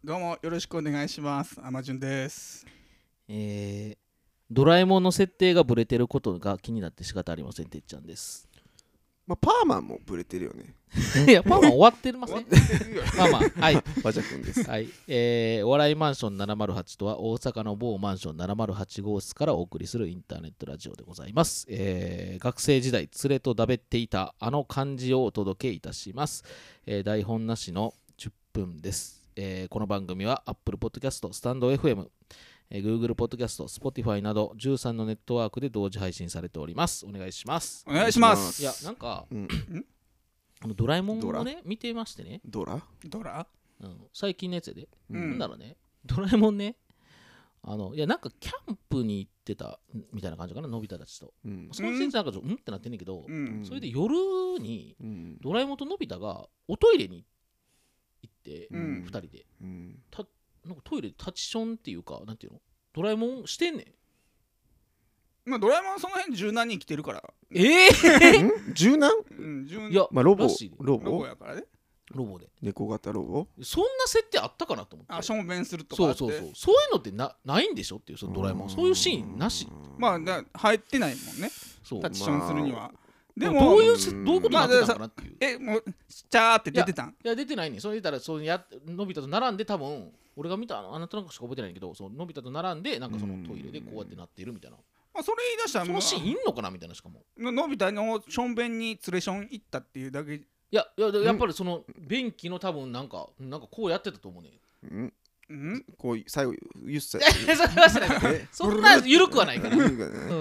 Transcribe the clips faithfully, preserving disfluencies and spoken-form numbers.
どうもよろしくお願いします。アマジュンです。 えー、ドラえもんの設定がブレてることが気になって仕方ありません。てっちゃんです。 まあ、パーマンもブレてるよね。 いや、パーマン終わってませんまあまあ、はい。 バジャ君です。 はい。えー、お笑いマンションななまるはちとは大阪の某マンションななまるはち号室からお送りするインターネットラジオでございます。えー、学生時代、連れとだべっていたあの漢字をお届けいたします。えー、台本なしのじゅっぷんです。えー、この番組は Apple Podcast、スタンド エフエム、えー、Google Podcast、Spotify などじゅうさんのネットワークで同時配信されております。お願いします。 お願いします。 いや、なんか、 うん、 あのドラえもんをね、見てましてね。 ドラドラ、 うん、最近のやつで。 うん、 なんだろうね、ドラえもんね、あのいやなんかキャンプに行ってたみたいな感じかな、のび太たちと。うん、その先生なんかちょっとうんってなってんねんけど、うん、それで夜にドラえもんとのび太がおトイレに行って、うん、ふたりで、うん、たなんかトイレでタッチションっていうか、なんていうの、ドラえもんしてんねん。 まあドラえもんその辺十何人来てるから。 えー、十何？ うん、十。 いや、 まあロボロボロボやからね。 ロボで猫型ロボ、 そんな設定あったかなと思って。 あ、しょんべんするとかそうそうそう、そういうのってなないんでしょっていう、そのドラえもんそういうシーンなし。 まあだ入ってないもんね、そうタッチションするには、まあ、 でもどういうどういうことになってたのかなっていう、まあ、 えもうチャーって出てたん？ いや、いや出てないね。それ言ったらそうやのび太と並んで、多分俺が見たあなたなんかしか覚えてないけど、そののび太と並んでなんかそのトイレでこうやってなっているみたいな。 まあ、それ言い出したらそのシーンいんのかなみたいな。しかものび太のしょんべんにツレション行ったっていうだけ。 いやいや、やっぱりその便器の多分なんかなんかこうやってたと思うね。 うんうん、こう最後言ってたそんな緩くはないから、うん、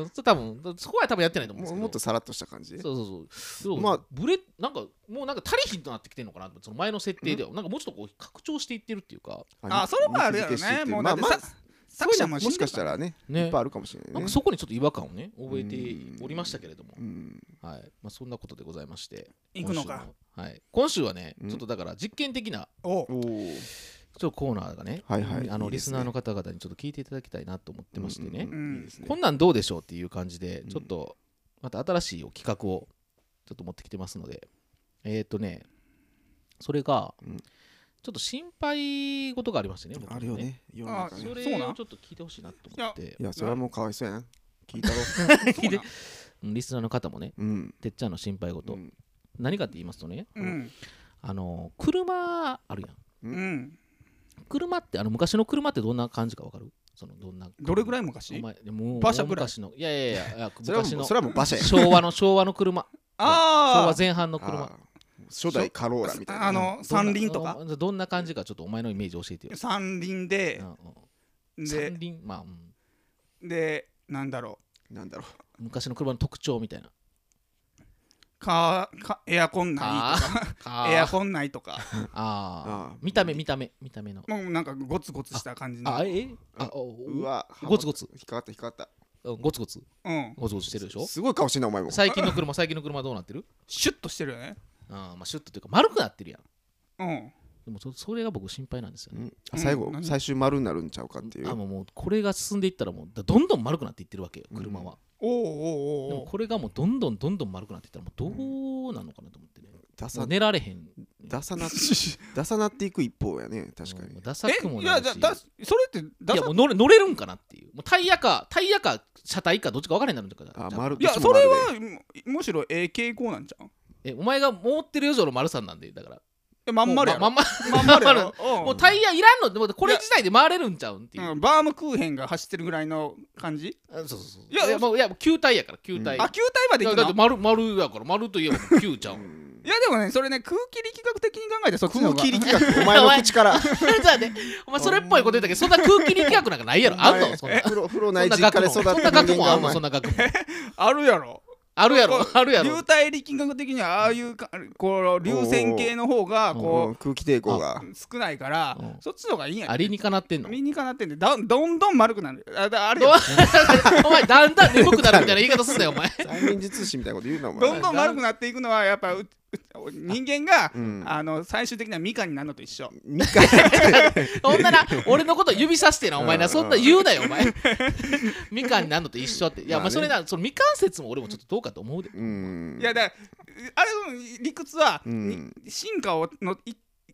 そ, 多分そこは多分やってないと思うんですけど、 もっとさらっとした感じで、 そうそうそう、まあブレなんかもうなんか足りひんとなってきてんのかな、その前の設定では、うん、なんかもうちょっとこう拡張していってるっていうか、 ああ、それもあるやろね。もうだって、まあまあ、 作者ももしかしたら ね, ねいっぱいあるかもしれないね。 なんかそこにちょっと違和感をね覚えておりましたけれども、はい、まあ、そんなことでございまして、 行くのか、 はい、今週はね、ちょっとだから実験的なおちょっとコーナーがね、はいはい、あのリスナーの方々にちょっと聞いていただきたいなと思ってましてね、こんなんどうでしょうっていう感じで、ちょっとまた新しい企画をちょっと持ってきてますので、えっとね、それが、うん、ちょっと心配事がありましてね、僕ね、 あるよね、世の中ね。 それをちょっと聞いてほしいなと思って。 いや、それはもうかわいそうやな、聞いたろ聞いてリスナーの方もね、うん、てっちゃんの心配事、うん、何かって言いますとね、うん、あの車あるやん、うん、車ってあの昔の車ってどんな感じか分かる？そのどんなどれぐらい昔？ お前でも馬車ぐらい？ 昔のいやいやいやいや昔のそれはもう馬車や。 昭和の昭和の車あ昭和前半の車、 初代カローラみたいな、 あの三輪とかどんな感じかちょっとお前のイメージ教えてよ。 三輪で、 うん、で三輪、まあ、 うん、でなんだろうなんだろう昔の車の特徴みたいな。 かかエアコンないとかエアコンないとかああ見た目見た目見た目のもうなんかゴツゴツした感じのあえあうわゴツゴツ引っかかった引っかかったゴツゴツうんゴツゴツしてるでしょ。 すごい顔してんなお前も。 最近の車最近の車どうなってる？ シュッとしてるよね。 ああまあシュッとっていうか丸くなってるやん。うんでも そ, それが僕心配なんですよね、 うん、最後、うん、最終丸になるんちゃうかっていう。 あもうもうこれが進んでいったらもうどんどん丸くなっていってるわけよ車は、 うん、おーおーおーでもこれがもうどんどんどんどん丸くなっていったらもうどうなのかなと思ってね、 ダサ寝られへんダサなダサなっていく一方やね確かに。 ダサくもなるし、 いやだそれってダサいやもう乗れ乗れるんかなっていう、もうタイヤかタイヤか車体かどっちか分からへんなるんだから。 あ丸いやそれはむしろええ傾向なんちゃう。 えお前が持ってる以上の丸さんなんでだからまん丸やろ。 まん丸やろ。もうタイヤいらんのでもこれ自体で回れるんちゃうんっていう、 うん、バームクーヘンが走ってるぐらいの感じ。 そうそうそう。いやいやもういや球体やから球体、 うん、あ球体までいくの。 だって丸丸やから丸といえば球ちゃういやでもねそれね空気力学的に考えてそっちの方が空気力学お前の口からお前それっぽいこと言ったけどそんな空気力学なんかないやろ。あんのそんな風呂風呂ない実家で育った人間がそんな学問あんのそんな学問あるやろ。 あるやろあるやろ。 流体力学的にはああいうかこう流線形の方がこう空気抵抗が少ないからそっちの方がいいんや。 ありにかなってんの。 ありにかなってんでどんどん丸くなる。ああれお前だんだん眠くなるみたいな言い方すんなよお前。 催眠術師みたいなこと言うなお前。 どんどん丸くなっていくのはやっぱ人間が、うん、あの最終的にはみかんになるのと一緒。 みかんそんなな俺のこと指さしてなお前な、そんな言うなよお前みかんになるのと一緒って。いや、まあね、まあそれなそのみかん説も俺もちょっとどうかと思うで。 うんいやだあれ理屈は、うん、進化をのい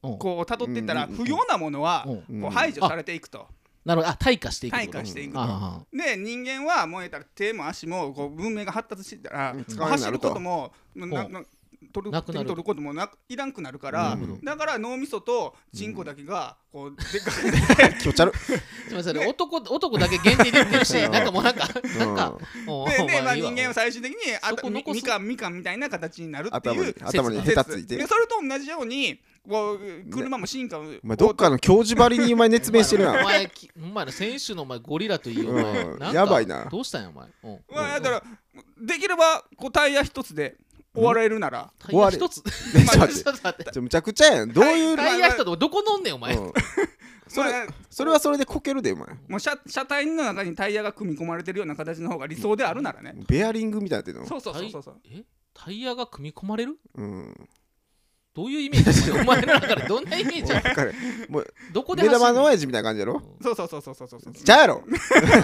うんこう辿ってったらうん不要なものはうんこう排除されていくと。 なるほど、あ、退化していくって退こと。 化していくと。 あで人間はもう言ったら手も足もこう文明が発達してたらうん使わなくな走るるとこともなな取るなくなる手に取ることもなくいらんくなるからなるほだから脳みそとチンコだけがこうでっかく気持ち悪いすみません、ね、男男だけ限定で言ってるし、なんかもうなんかなんかもうでで、まあ、 いいわ人間は最終的にあそこみ残すみかんみかんみたいな形になるって頭にいう頭にヘタついてでそれと同じようにこう車も進化を、 お前どっかの教授ばりにお前熱弁してるおな前きお前の選手のお前ゴリラといいお前、 うんなんかやばいなどうしたんやお前、うん、 まあ、だからできればこうタイヤ一つで終われるなら、 タイヤ一つちょっと待ってちょっと待ってちょむちゃくちゃやんどういうタイヤ一つどこ乗んねんお前、 うんそれまあそれはそれでこけるでお前もう車車体の中にタイヤが組み込まれてるような形の方が理想であるならね、 ベアリングみたいになってるのそうそうそうそうそうえタイヤが組み込まれるうんどういうイメージお前の中でどんなイメージわかるもうどこで目走るの玉の親父みたいな感じやろそうそうそうそうそうそうそうちゃうやろ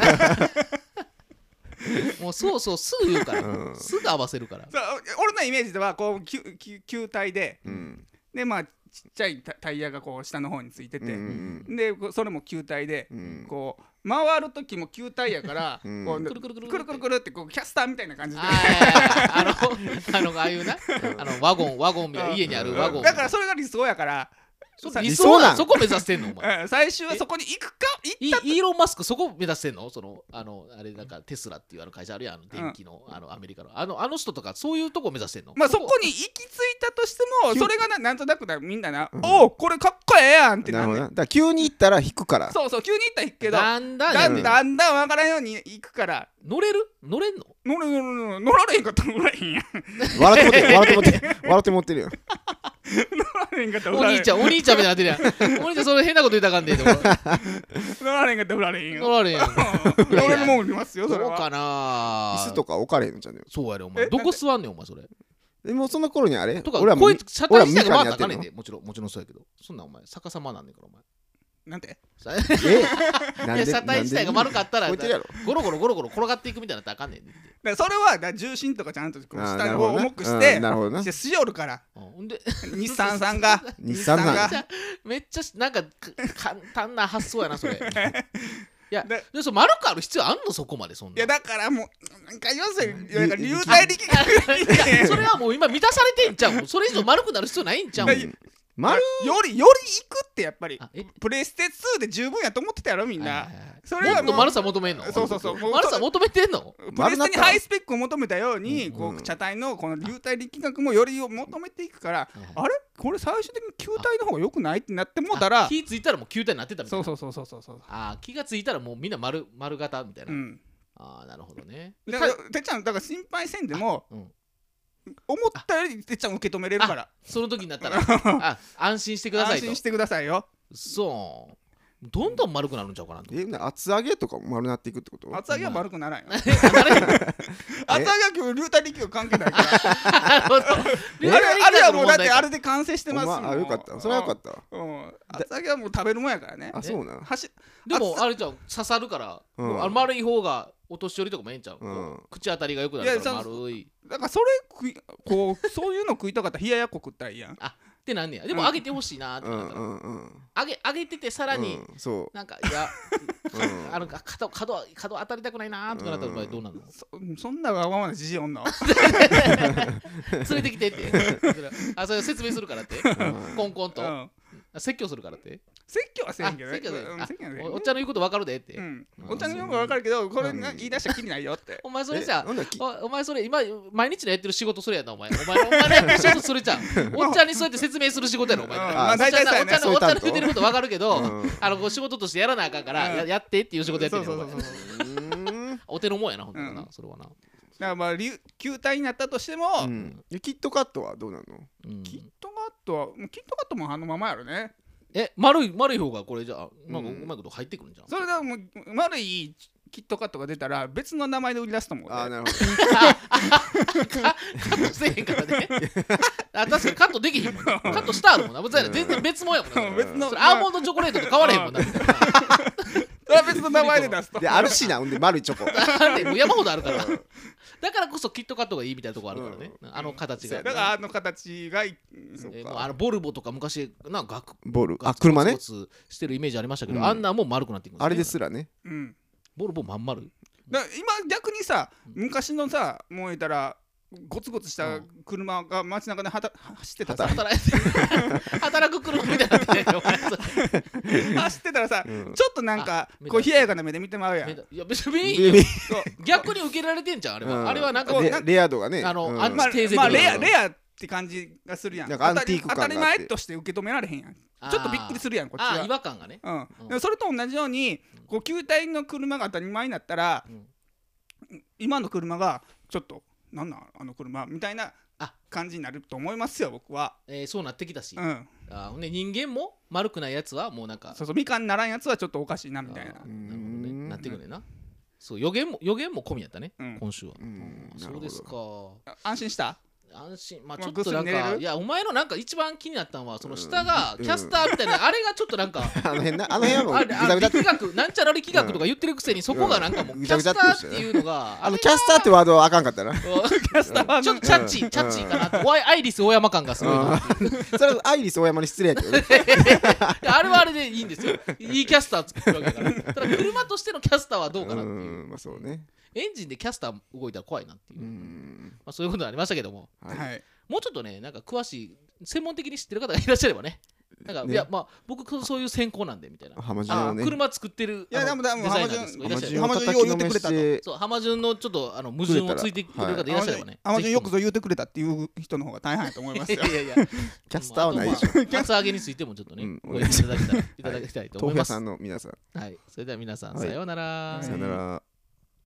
もうそうそうすぐ言うから、 うんすぐ合わせるからそう俺のイメージではこう球球球体でうんでまあちっちゃいタタイヤがこう下の方についてて、 うんでこうそれも球体で、 うんこう回る時も球体やから、 うんこうくるくるくるくるくるくるってこうキャスターみたいな感じであのあのああいうなあのワゴンワゴンみたいな家にあるワゴンだからそれが理想やからさそ理理想なん想なんそこ目指してんのお前うん最終はそこに行くかイ行ったイーロン・マスクそこ目指してんのそのあのあれなんかテスラっていうあの会社あるやんあの電気の,、あのアメリカのあのあの人とかそういうとこ目指してんのまあそこに行き着いたとしてもそれがななんとなくだみんなな、おおこれかっこええやんってなんねんなるほどなだから急に行ったら引くからそうそう急に行ったら行くけどだだんだんんやってんのだんだん分からんように行くから乗れる乗れんの乗る乗る乗る乗られへんかったら乗られへんやん笑ってもってる笑ってもってる笑ってもってるよ乗られへんかったらお兄ちゃんお兄ちゃんみたいになってるやんお兄ちゃんそれ変なこと言ったらあかんでと乗られへんかったら乗られへんよ乗られんやんうん俺もいますよそれはどうかな椅子とか置かれへんのじゃねそうやでお前えどこ座んねんお前それでもその頃にあれとか俺はもう声車体自体が回ったらあかん俺はみかんやってんのねんでもちろんもちろんそうやけどそんなんお前逆さまなんねんからお前なんてさえなんいやで車体自体が丸かったら置いてるやろゴロゴロゴロゴロ転がっていくみたいなったらあかんねんでってだからそれはだから重心とかちゃんとこうあー下の方なるほどな重くしてうんなるほどなしてしよるからうんほんで日産さんが日産なんがめっちゃめっちゃなんかか簡単な発想やなそれいやででそ丸くある必要あんのそこまでそんないやだからもうなんか要するにゆなんか流体力学いやそれはもう今満たされてんちゃうそれ以上丸くなる必要ないんちゃうだうん丸よりより行くってやっぱりあえプレステツーで十分やと思ってたやろみんなはいはいはいそれはもうもっと丸さ求めんのそうそうそうもう丸さ求めてんのプレステにハイスペックを求めたように、 うんこう車体のこの流体力学もよりを求めていくから、 はいはいあれこれ最終的に球体の方が良くないってなってもうたらあ気ついたらもう球体になってたみたいなそうそうそうそうそうそうあー気がついたらもうみんな丸丸型みたいな、 うんああなるほどねだからてっちゃんだから心配せんでも、 うん思ったよりてっちゃん受け止めれるからその時になったらあ安心してくださいと安心してくださいよそうどんどん丸くなるんちゃうかなとえな厚揚げとかも丸なっていくってこと厚揚げは丸くならんよなる厚揚げは今日流体力学関係ないからほどあれあれはもうだってあれで完成してますもんお前あよかったそれはよかったうん厚揚げはもう食べるもんやからねあそうなん走でもあれじゃん刺さるから、 うんあの丸い方がお年寄りとかもええんちゃう、 うん口当たりが良くなるからいや丸いだからそれ食いこうそういうの食いたかったら冷ややっこ食ったらいいやんってなんねやでも揚げてほしいなってうんなったら、 うんうん揚げ揚げててさらに、 うんそなんかいや、 うんあの角角角当たりたくないなとかなったらお前どうなるの、 そそんなわがままなじじおんの連れてきてってあそれ説明するからってコンコンと、 うん説教するからって説教はせんけどねあ説教でうん説教はせんおおっちゃんの言うこと分かるでって、 うんおっちゃんの言うのが分かるけどこれが言い出したらきりないよってお前それさえなんだきおお前それ今毎日のやってる仕事それやなお前お前お前のやってる仕事それじゃんおっちゃんにそうやって説明する仕事やろお前うんおっまあ大体そうやねちゃんのおっちゃんの言ってること分かるけど、 うんあのこう仕事としてやらなあかんから、 うんややってっていう仕事やってそうるお前そうそうそううーんお手のもんやなほんとにな、 うんそれはな、 だからまあ流球体になったとしてもうんでキットカットはどうなのうんキットカットはもうキットカットもあのままやろねえ丸い丸い方がこれじゃあなんかううんまいこと入ってくるんじゃん、 それでもう丸いキットカットが出たら別の名前で売り出すと思うああねなるほカットせえへんからねあ確かにカットできへんもんなカットしたあるもんな全然別もんやもんな別のそれアーモンドチョコレートと変わらへんもんなみたいなそれは別の名前で出すとどであるしなほんで丸いチョコなんでもう山ほどあるからだからこそキットカットがいいみたいなとこあるからね、 うんあの形が、 だからあの形がいい、 そうかえーもうあのボルボとか昔なんかガクボルガツあ車ねゴツゴツしてるイメージありましたけど、 うんあんなんもう丸くなっていくんですねあれですらねうんボルボまん丸だから今逆にさ昔のさもう言ったらゴツゴツした車が街中ではた走ってたらさ働いて働く車みたいになってるお前それ走ってたらさ、 うんちょっとなんかあこう冷ややかな目で見てまうやん。 いや別にいいよビビそう逆に受け入れられてんじゃんあれは、 うんあれはなんかこうレレア度がねあのうんアンチまあテーゼ的なまあレアレアって感じがするやん。 なんかアンティーク感があって当たり前として受け止められへんやん。 あーちょっとびっくりするやんこっちあー違は。 和感がね、 うんうんでもそれと同じようにこう球体の車が当たり前になったらうん今の車がちょっとなんなんあの車みたいなあ感じになると思いますよ僕は。 えーそうなってきたし、 うんあほんで人間も丸くないやつはもうなんかそうそうみかんならんやつはちょっとおかしいなみたいなあー。なるほどねうんなってくるねんなそう予言も予言も込みやったね、 うん今週は、 うんなるほどそうですか安心した安心まあまあちょっとなんぐっすり寝れるかいやお前のなんか一番気になったのはその下がうんキャスターみたいな、あれがちょっとなんかあの辺なあの辺はもうあぐちゃぐちゃ力学なんちゃら力学とか言ってるくせにそこがなんかもううんぐちゃキャスタぐちゃって言ってたよーっていうのがあのキャスターってワードはあかんかったなキャスターはちょっとチャッチーチャッチーかなと、おいアイリス大山感がすごいなっていうそれはアイリス大山に失礼やけどねであれはあれでいいんですよいいキャスター作ってるわけだからただ車としてのキャスターはどうかなっていううんまあそうねエンジンでキャスター動いたら怖いなっていう、 うまんあ、そういうことになりましたけどもはいはいもうちょっとねなんか詳しい専門的に知ってる方がいらっしゃればねなんか、 ねいやまあ僕そういう専攻なんでみたいなあの浜順をね車作ってるいやあのでもでもデザイナーです浜いらっしゃれば浜順を浜順叩きのめしてそう浜順のちょっとあの矛盾をついてくれる方いらっしゃればねあまじよくぜぞ言うてくれたっていう人の方が大変やと思いますよひともいやいやいやキャスターはないでしょまああとまあ厚揚げについてもちょっとね、 うんご意見いただきたいいただきたいと思います、 豆腐屋さんの皆さんはい、それでは皆さん、 はいさようなら。 さよなら